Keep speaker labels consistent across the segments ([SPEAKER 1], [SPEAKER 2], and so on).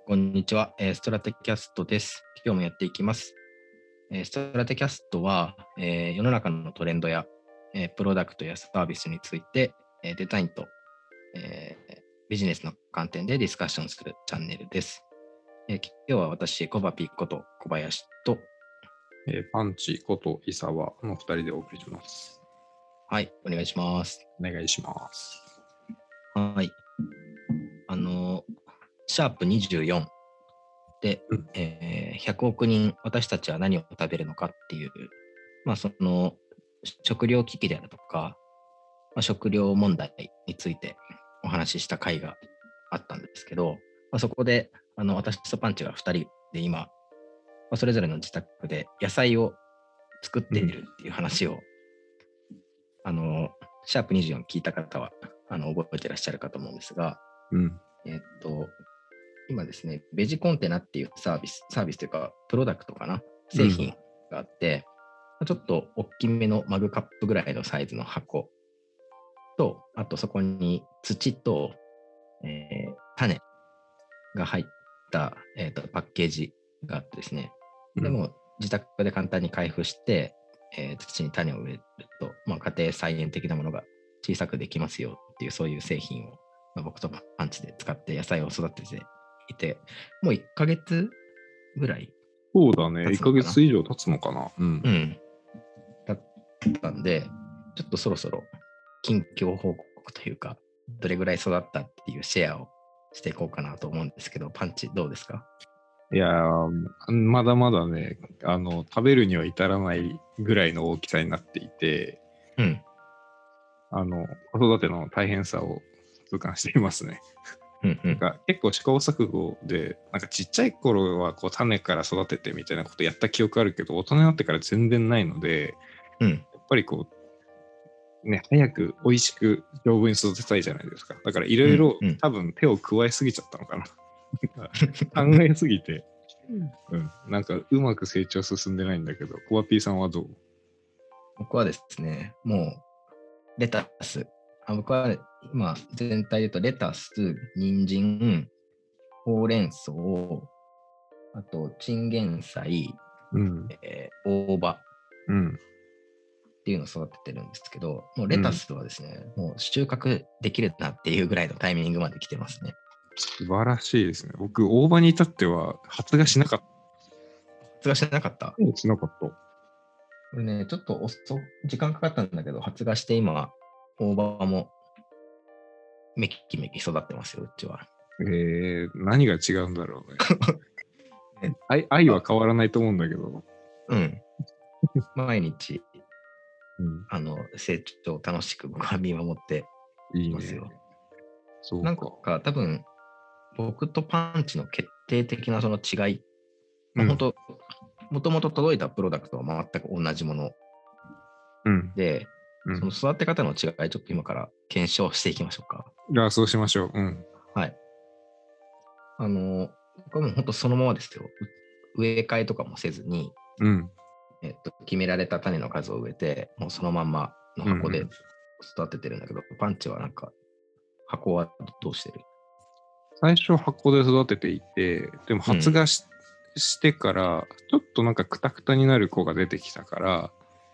[SPEAKER 1] こんにちは、ストラテキャストです。今日もやっていきます。ストラテキャストは、世の中のトレンドや、プロダクトやサービスについて、デザインと、ビジネスの観点でディスカッションするチャンネルです。今日は私、コバピーこと小林と、
[SPEAKER 2] パンチこと伊沢の2人でお送りします。
[SPEAKER 1] はい、お願いします。
[SPEAKER 2] お願いします。
[SPEAKER 1] はい。シャープ24で、100億人私たちは何を食べるのかっていう、その食糧危機であるとか、食糧問題についてお話しした回があったんですけど、そこで私とパンチが2人で今、それぞれの自宅で野菜を作っているっていう話を、シャープ24聞いた方は覚えてらっしゃるかと思うんですが、今ですね、ベジコンテナっていうサービスというか、プロダクトかな、製品があって、ちょっと大きめのマグカップぐらいのサイズの箱と、あとそこに土と、種が入った、パッケージがあってですね、でも自宅で簡単に開封して、土に種を植えると、家庭菜園的なものが小さくできますよっていう、そういう製品を、僕とパンチで使って野菜を育てていて、もう1ヶ月ぐらい。
[SPEAKER 2] そうだね、1ヶ月以上経つのかな。
[SPEAKER 1] だったんで、ちょっとそろそろ近況報告というか、どれぐらい育ったっていうシェアをしていこうかなと思うんですけど、パンチどうですか？
[SPEAKER 2] いやー、まだまだね、食べるには至らないぐらいの大きさになっていて、子育ての大変さを痛感していますね。なんか結構試行錯誤で、なんかちっちゃい頃はこう種から育ててみたいなことやった記憶あるけど、大人になってから全然ないので、やっぱりこう、ね、早く美味しく丈夫に育てたいじゃないですか。だからいろいろ多分手を加えすぎちゃったのかな。考えすぎて、なんかうまく成長進んでないんだけど、コバピーさんはどう？
[SPEAKER 1] 僕はですね、もうレタス。僕は今全体で言うとレタス、人参、ほうれん草、あとチンゲン菜、大葉っていうのを育ててるんですけど、もうレタスはですね、もう収穫できるなっていうぐらいのタイミングまで来てますね。
[SPEAKER 2] 素晴らしいですね。僕、大葉に至っては発芽しなかった。
[SPEAKER 1] 発芽しなかった？
[SPEAKER 2] しなかった。
[SPEAKER 1] これね、ちょっと時間かかったんだけど、発芽して今、大葉もめきめき育ってますよ、うちは。
[SPEAKER 2] 何が違うんだろうね。愛は変わらないと思うんだけど。
[SPEAKER 1] 毎日、成長を楽しく僕は見守っていますよ。
[SPEAKER 2] そうか。
[SPEAKER 1] なんか多分、僕とパンチの決定的なその違い、本当、もともと届いたプロダクトは全く同じもので、その育て方の違い、ちょっと今から検証していきましょうか。
[SPEAKER 2] じゃあ、そうしましょう。
[SPEAKER 1] はい。僕はもう本当そのままですよ。植え替えとかもせずに、決められた種の数を植えて、もうそのまんまの箱で育ててるんだけど、パンチはなんか、箱はどうしてる？
[SPEAKER 2] 最初箱で育てていて、でも発芽してから、ちょっとなんかクタクタになる子が出てきたから、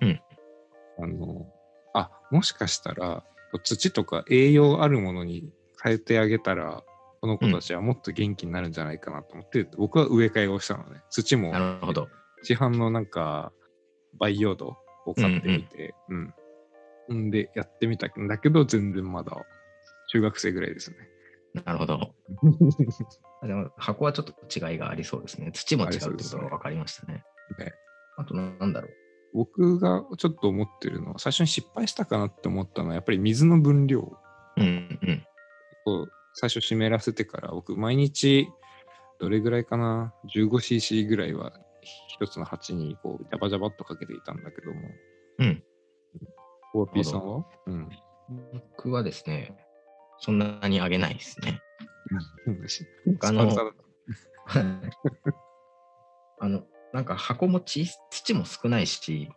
[SPEAKER 2] もしかしたら土とか栄養あるものに変えてあげたら、この子たちはもっと元気になるんじゃないかなと思って、僕は植え替えをしたのね。土も市販のなんか培養土を買ってみて、でやってみたんだけど、全然まだ中学生ぐらいですね。
[SPEAKER 1] なるほど。でも箱はちょっと違いがありそうですね。土も違うってことが分かりましたね。あとなんだろう。
[SPEAKER 2] 僕がちょっと思ってるのは、最初に失敗したかなって思ったのは、やっぱり水の分量。最初湿らせてから、僕毎日どれぐらいかな、15cc ぐらいは一つの鉢にこうジャバジャバっとかけていたんだけども。コバピーさんは？
[SPEAKER 1] 僕はですね、そんなにあげないですね。なんか箱も土も少ないし、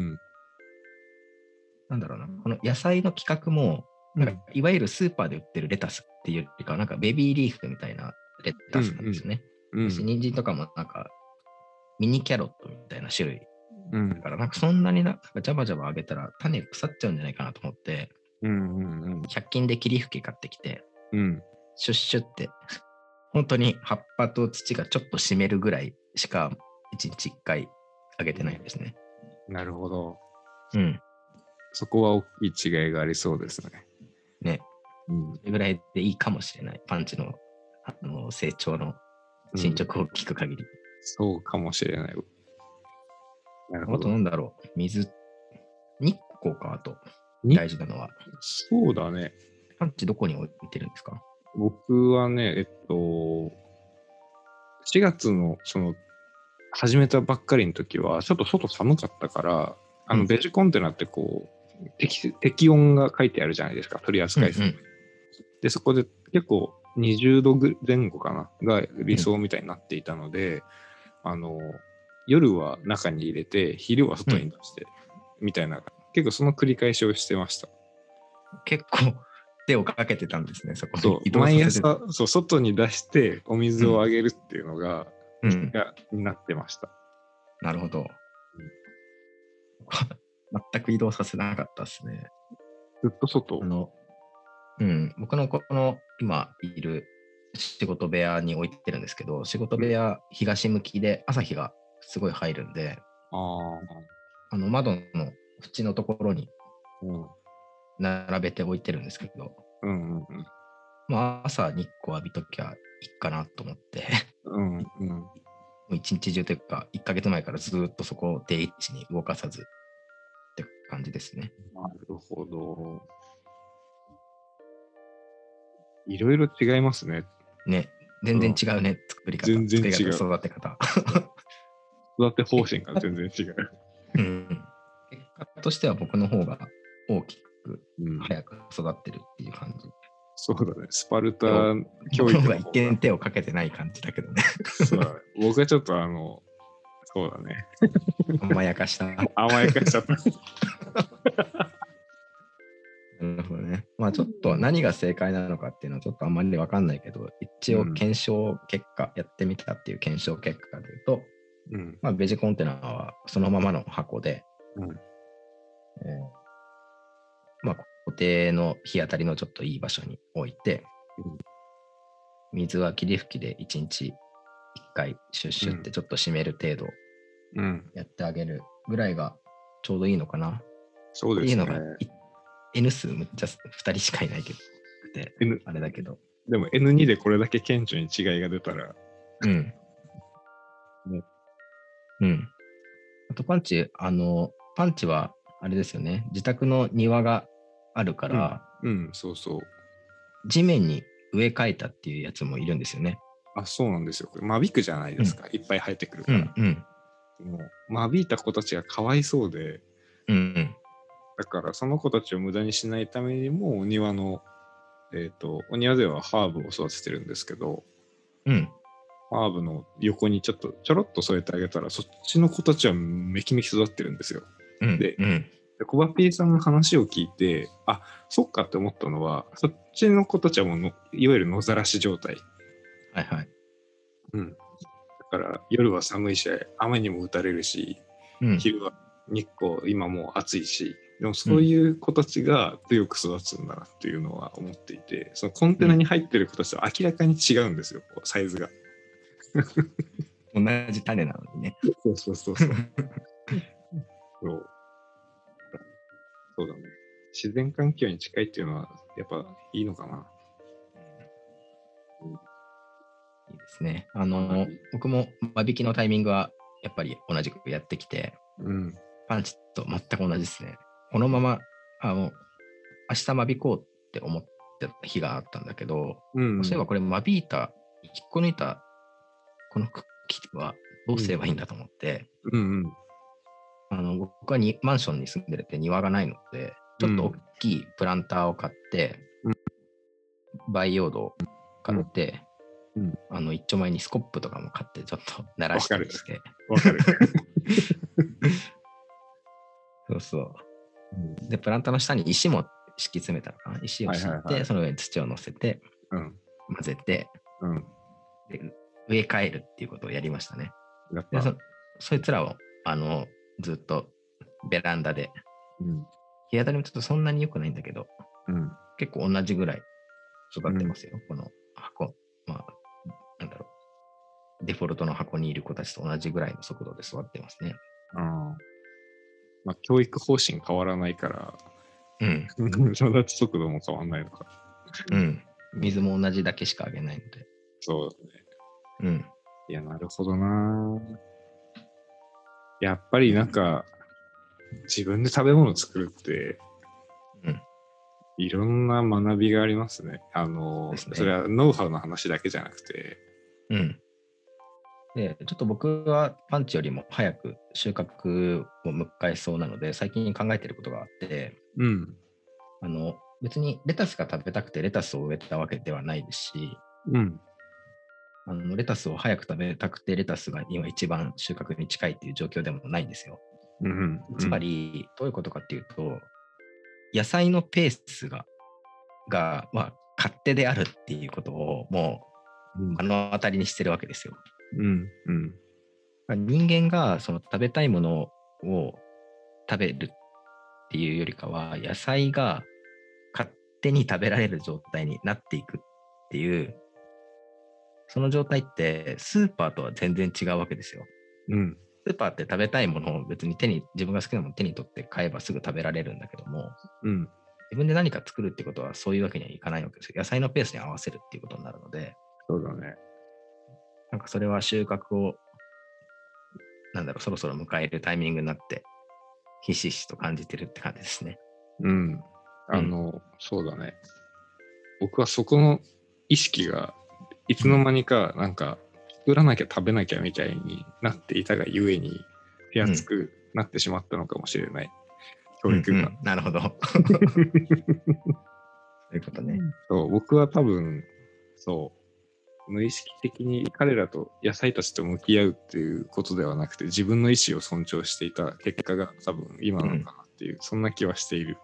[SPEAKER 1] なんだろうな、この野菜の規格も、なんかいわゆるスーパーで売ってるレタスっていうよりか、なんかベビーリーフみたいなレタスなんですよね。人参とかもなんかミニキャロットみたいな種類。だからなんかそんなになんかジャバジャバ揚げたら種腐っちゃうんじゃないかなと思って、100均で霧吹き買ってきて、シュッシュって本当に葉っぱと土がちょっと湿るぐらいしか1日1回揚げてないんですね。
[SPEAKER 2] なるほど。
[SPEAKER 1] うん。
[SPEAKER 2] そこは大きい違いがありそうですね。
[SPEAKER 1] ね。それぐらいでいいかもしれない。パンチの、成長の進捗を聞く限り。
[SPEAKER 2] そうかもしれない。
[SPEAKER 1] なるほど。あとなんだろう。水、日光か、あと。大事なのは。
[SPEAKER 2] そうだね。
[SPEAKER 1] パンチどこに置いてるんですか？
[SPEAKER 2] 僕はね、4月の始めたばっかりの時は、ちょっと外寒かったから、ベジコンテナってこう、適温が書いてあるじゃないですか、取り扱い数。で、そこで結構20度前後かな、が理想みたいになっていたので、夜は中に入れて、昼は外に出して、みたいな、結構その繰り返しをしてました。
[SPEAKER 1] 結構手をかけてたんですね、そこに。
[SPEAKER 2] そう、毎朝、外に出してお水をあげるっていうのが、になってました。
[SPEAKER 1] なるほど。全く移動させなかったですね。
[SPEAKER 2] ずっと外？
[SPEAKER 1] 僕のこの今いる仕事部屋に置いてるんですけど、仕事部屋東向きで朝日がすごい入るんで、窓の縁のところに並べて置いてるんですけど、まあ朝日光浴びときゃいいかなと思って、もう一日中というか1ヶ月前からずっとそこを定位置に動かさずって感じですね。
[SPEAKER 2] なるほど。いろいろ違いますね。
[SPEAKER 1] ね、全然違うね、作り方。
[SPEAKER 2] 全然違う。
[SPEAKER 1] 育て方。
[SPEAKER 2] 育て方針が全然違う。
[SPEAKER 1] 結果としては僕の方が大きく、早く育ってるっていう感じ。
[SPEAKER 2] そうだね。スパルタ
[SPEAKER 1] 教育の方が一見手をかけてない感じだけどね。
[SPEAKER 2] そう僕はちょっとそうだね。
[SPEAKER 1] 甘やかした。
[SPEAKER 2] 甘やかしちゃった。
[SPEAKER 1] なるほどね。まあちょっと何が正解なのかっていうのはちょっとあんまり分かんないけど、一応検証結果、やってみたっていう検証結果でいうと、まあベジコンテナはそのままの箱で、まあ固定の日当たりのちょっといい場所に置いて、水は霧吹きで1日1回シュッシュってちょっと湿る程度やってあげるぐらいがちょうどいいのかな。
[SPEAKER 2] そうですね。
[SPEAKER 1] っていうのがN 数むっちゃ2人しかいないけど、あれだけど。
[SPEAKER 2] でも N2 でこれだけ顕著に違いが出たら。
[SPEAKER 1] あとパンチはあれですよね。自宅の庭があるから、
[SPEAKER 2] そうそう。
[SPEAKER 1] 地面に植え替えたっていうやつもいるんですよね。
[SPEAKER 2] あ、そうなんですよ。これ間引くじゃないですか。いっぱい生えてくるから。もう間引いた子たちがかわいそうで。だからその子たちを無駄にしないためにもお庭ではハーブを育ててるんですけど、ハーブの横にちょろっと添えてあげたらそっちの子たちはめきめき育ってるんですよ。で、コバピーさんの話を聞いて、あ、そっかって思ったのは、そっちの子たちはもういわゆる野ざらし状態。だから夜は寒いし雨にも打たれるし、昼は日光今もう暑いし、でもそういう子たちが強く育つんだなっていうのは思っていて、そのコンテナに入ってる子たちは明らかに違うんですよ、サイズが。
[SPEAKER 1] 同じ種なのにね。
[SPEAKER 2] そうそうだね。自然環境に近いっていうのはやっぱいいのかな。
[SPEAKER 1] いいですね。僕も間引きのタイミングはやっぱり同じくやってきて、パンチと全く同じですね。このまま明日間引こうって思ってた日があったんだけど、そういえばこれ間引いた引っこ抜いたこの茎はどうすればいいんだと思って、僕はマンションに住んでて庭がないので、ちょっと大きいプランターを買って、培養土を買って、一丁前にスコップとかも買ってちょっと鳴らしたりして。
[SPEAKER 2] わかる。
[SPEAKER 1] そうそう。で、プランターの下に石も敷き詰めたのかな。石を敷いて、その上に土を乗せて、混ぜて、 で植え替えるっていうことをやりましたね。で
[SPEAKER 2] やっぱ、
[SPEAKER 1] そいつらをずっとベランダで、日当たりもちょっとそんなに良くないんだけど、結構同じぐらい育ってますよ、この箱。まあ、なんだろう。デフォルトの箱にいる子たちと同じぐらいの速度で育ってますね。
[SPEAKER 2] まあ、教育方針変わらないから、育ち速度も変わらないのか。
[SPEAKER 1] 水も同じだけしかあげないので。
[SPEAKER 2] そうだね。いや、なるほどな。やっぱりなんか、自分で食べ物作るって、いろんな学びがありますね。それはノウハウの話だけじゃなくて。
[SPEAKER 1] で、ちょっと僕はパンチよりも早く収穫を迎えそうなので、最近考えていることがあって、別にレタスが食べたくてレタスを植えたわけではないですし、レタスを早く食べたくてレタスが今一番収穫に近いっていう状況でもないんですよ。つまり、どういうことかっていうと、野菜のペースが勝手であるっていうことをもう目の当たりにしてるわけですよ。人間がその食べたいものを食べるっていうよりかは、野菜が勝手に食べられる状態になっていくっていう、その状態ってスーパーとは全然違うわけですよ。スーパーって食べたいものを別に自分が好きなものを手に取って買えばすぐ食べられるんだけども、自分で何か作るってことはそういうわけにはいかないわけですよ。野菜のペースに合わせるっていうことになるので、
[SPEAKER 2] そうだね。
[SPEAKER 1] なんかそれは収穫をそろそろ迎えるタイミングになってひしひしと感じてるって感じですね。
[SPEAKER 2] そうだね。僕はそこの意識がいつの間にかなんか作らなきゃ食べなきゃみたいになっていたがゆえに手厚くなってしまったのかもしれない。教育が。
[SPEAKER 1] なるほど。そういうことね。
[SPEAKER 2] 僕は多分、無意識的に彼らと野菜たちと向き合うっていうことではなくて、自分の意思を尊重していた結果が多分今なのかなっていう、そんな気はしている。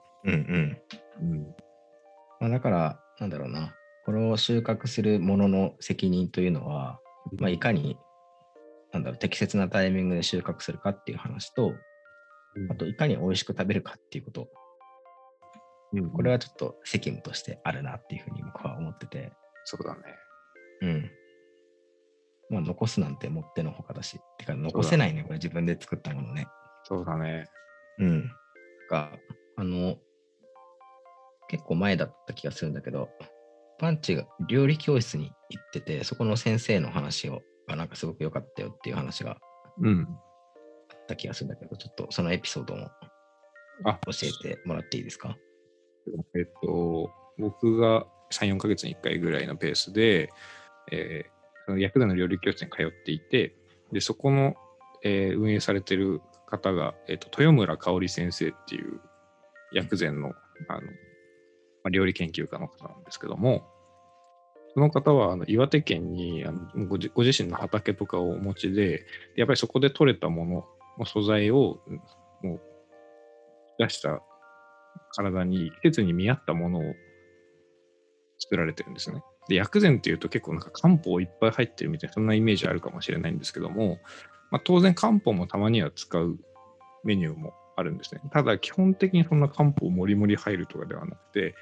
[SPEAKER 1] だから、これを収穫するものの責任というのは、いかに、適切なタイミングで収穫するかっていう話と、あと、いかに美味しく食べるかっていうこと。これはちょっと責務としてあるなっていうふうに僕は思ってて。
[SPEAKER 2] そうだね。
[SPEAKER 1] 残すなんてもってのほかだし。てか、残せないね、これ自分で作ったものね。
[SPEAKER 2] そうだね。
[SPEAKER 1] 結構前だった気がするんだけど、パンチが料理教室に行ってて、そこの先生の話がすごく良かったよっていう話があった気がするんだけど、ちょっとそのエピソードも教えてもらっていいですか？
[SPEAKER 2] 僕が3、4ヶ月に1回ぐらいのペースで、その薬膳の料理教室に通っていて、でそこの、運営されている方が、豊村香織先生っていう薬膳の料理研究家の方なんですけども、その方は岩手県にご自身の畑とかをお持ちで、やっぱりそこで採れたものの素材をもう出した体に季節に見合ったものを作られてるんですね。で、薬膳っていうと結構漢方いっぱい入ってるみたいな、そんなイメージあるかもしれないんですけども、当然漢方もたまには使うメニューもあるんですね。ただ基本的にそんな漢方もりもり入るとかではなくて、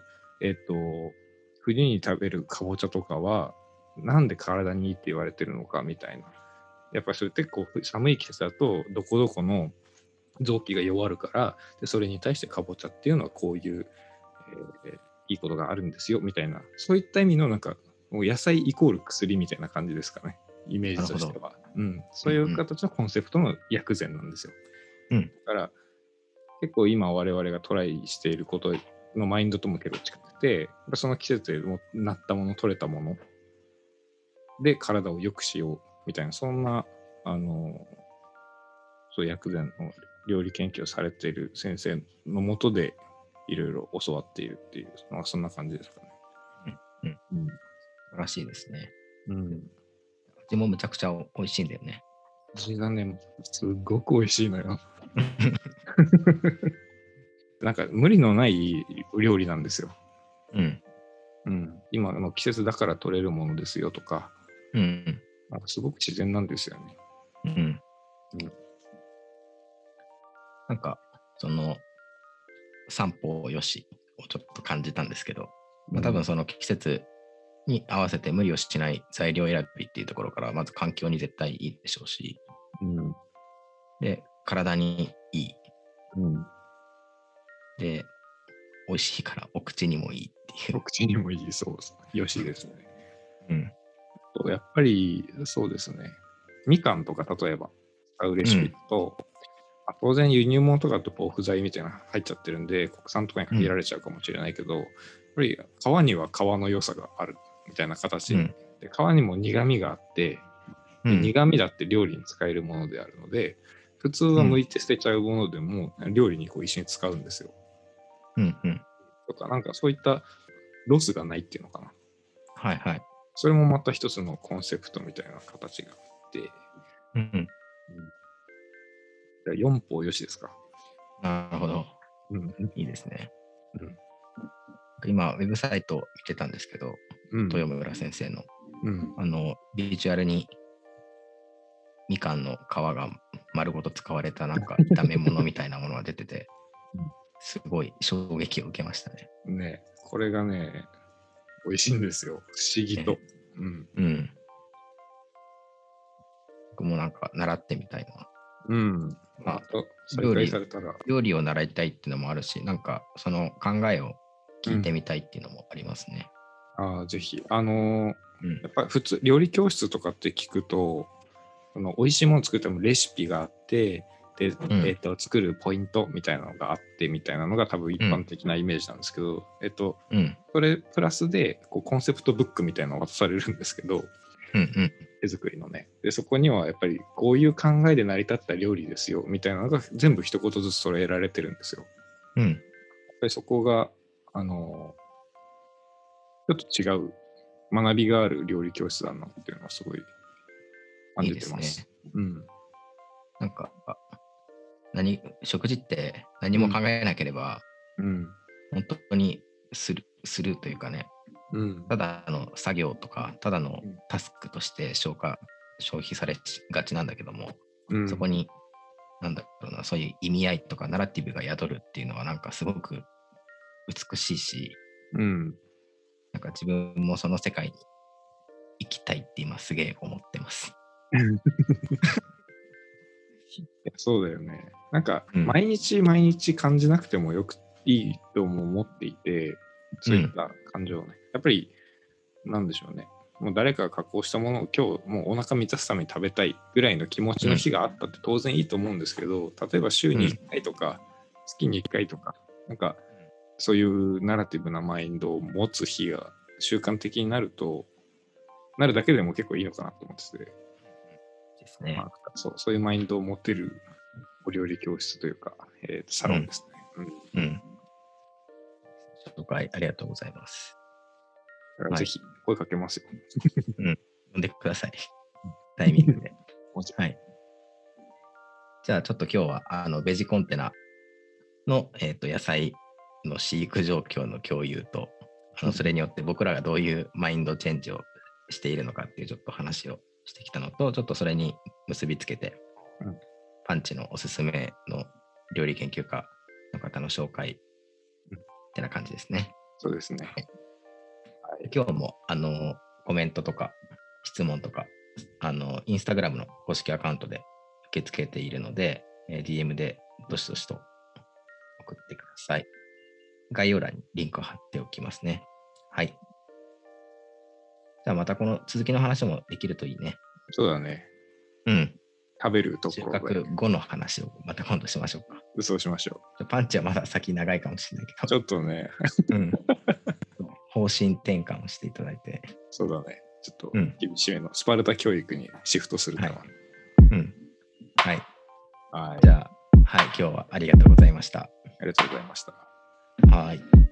[SPEAKER 2] 冬に食べるかぼちゃとかはなんで体にいいって言われてるのかみたいな。やっぱりそれ結構寒い季節だとどこどこの臓器が弱るから、でそれに対してかぼちゃっていうのはこういう、いいことがあるんですよみたいな、そういった意味のもう野菜イコール薬みたいな感じですかね、イメージとしては。そういう形のコンセプトの薬膳なんですよ。だから結構今我々がトライしていることのマインドとも結構近くて、その季節でなったもの、取れたもので体を良くしようみたいな、そんなそう薬膳の料理研究をされている先生のもとでいろいろ教わっているっていう、そんな感じですかね。
[SPEAKER 1] 素晴らしいですね。味もむちゃくちゃ美味しいんだよね。
[SPEAKER 2] 味がね、すっごく美味しいのよ。無理のない料理なんですよ。 今の季節だから取れるものですよとか、なんかすごく自然なんですよね。
[SPEAKER 1] なんか、その、三方よしをちょっと感じたんですけど、多分その季節に合わせて無理をしない材料選びっていうところから、まず環境に絶対いいでしょうし、で、体にいい。で、美味しいからお口にもいいっていう。
[SPEAKER 2] お口にもいい、そうよしですね。やっぱりそうですね。みかんとか例えば使うレシピと、当然輸入物とかと防腐剤みたいなの入っちゃってるんで、国産とかに限られちゃうかもしれないけど、やっぱり皮には皮の良さがあるみたいな形で、皮にも苦味があって、苦味だって料理に使えるものであるので、普通は剥いて捨てちゃうものでも料理にこう一緒に使うんですよ。とか、なんかそういったロスがないっていうのかな。
[SPEAKER 1] はいはい。
[SPEAKER 2] それもまた一つのコンセプトみたいな形があって、4方よしですか。
[SPEAKER 1] なるほど。いいですね。今、ウェブサイト見てたんですけど、豊村先生の、ビジュアルにみかんの皮が丸ごと使われたなんか炒め物みたいなものが出てて、すごい衝撃を受けましたね。
[SPEAKER 2] ね、これがね、美味しいんですよ。不思議と。
[SPEAKER 1] 僕もなんか習ってみたいな。料理を習いたいっていうのもあるし、なんかその考えを聞いてみたいっていうのもありますね。
[SPEAKER 2] ぜひ。やっぱり普通、料理教室とかって聞くと、美味しいものを作ってもレシピがあって、で、作るポイントみたいなのがあってみたいなのが多分一般的なイメージなんですけど、それプラスでこうコンセプトブックみたいなのが渡されるんですけど、手作りのね。で、そこにはやっぱりこういう考えで成り立った料理ですよみたいなのが全部一言ずつ揃えられてるんですよ。やっぱりそこが、ちょっと違う学びがある料理教室だなっていうのはすごい感じてます。いいですね。
[SPEAKER 1] なんか、食事って何も考えなければ、本当にするというかね、ただの作業とか、ただのタスクとして消費されがちなんだけども、そこに、なんだろうな、そういう意味合いとかナラティブが宿るっていうのは、なんかすごく美しいし、なんか自分もその世界に行きたいって今すげえ思ってます。
[SPEAKER 2] そうだよね。なんか毎日毎日感じなくてもいいとも思っていて、そういった感情をね。やっぱり、なんでしょうね。もう誰かが加工したものを今日もうお腹満たすために食べたいぐらいの気持ちの日があったって当然いいと思うんですけど、例えば週に1回とか、月に1回とか、なんかそういうナラティブなマインドを持つ日が習慣的になるだけでも結構いいのかなと思ってて。
[SPEAKER 1] ですね。
[SPEAKER 2] そういうマインドを持てるお料理教室というか、サロンですね。
[SPEAKER 1] 紹介ありがとうございます。
[SPEAKER 2] ぜひ声かけますよ。
[SPEAKER 1] 呼んでください。タイミングで。はい。じゃあちょっと今日はベジコンテナの、野菜の飼育状況の共有と、それによって僕らがどういうマインドチェンジをしているのかっていうちょっと話をしてきたのと、ちょっとそれに結びつけて、パンチのおすすめの料理研究家の方の紹介ってな感じですね。
[SPEAKER 2] そうですね。
[SPEAKER 1] 今日もコメントとか質問とかインスタグラムの公式アカウントで受け付けているので、DM でどしどしと送ってください。概要欄にリンクを貼っておきますね。はい。じゃあまたこの続きの話もできるといいね。
[SPEAKER 2] そうだね。食べるところ。
[SPEAKER 1] 収穫後の話をまた今度しましょうか。
[SPEAKER 2] そうしましょ
[SPEAKER 1] う。パンチはまだ先長いかもしれないけど。
[SPEAKER 2] ちょっとね。
[SPEAKER 1] 方針転換をしていただいて。
[SPEAKER 2] そうだね。ちょっと厳しめのスパルタ教育にシフトするかな。
[SPEAKER 1] はい。じゃあ、今日はありがとうございました。
[SPEAKER 2] ありがとうございました。
[SPEAKER 1] はい。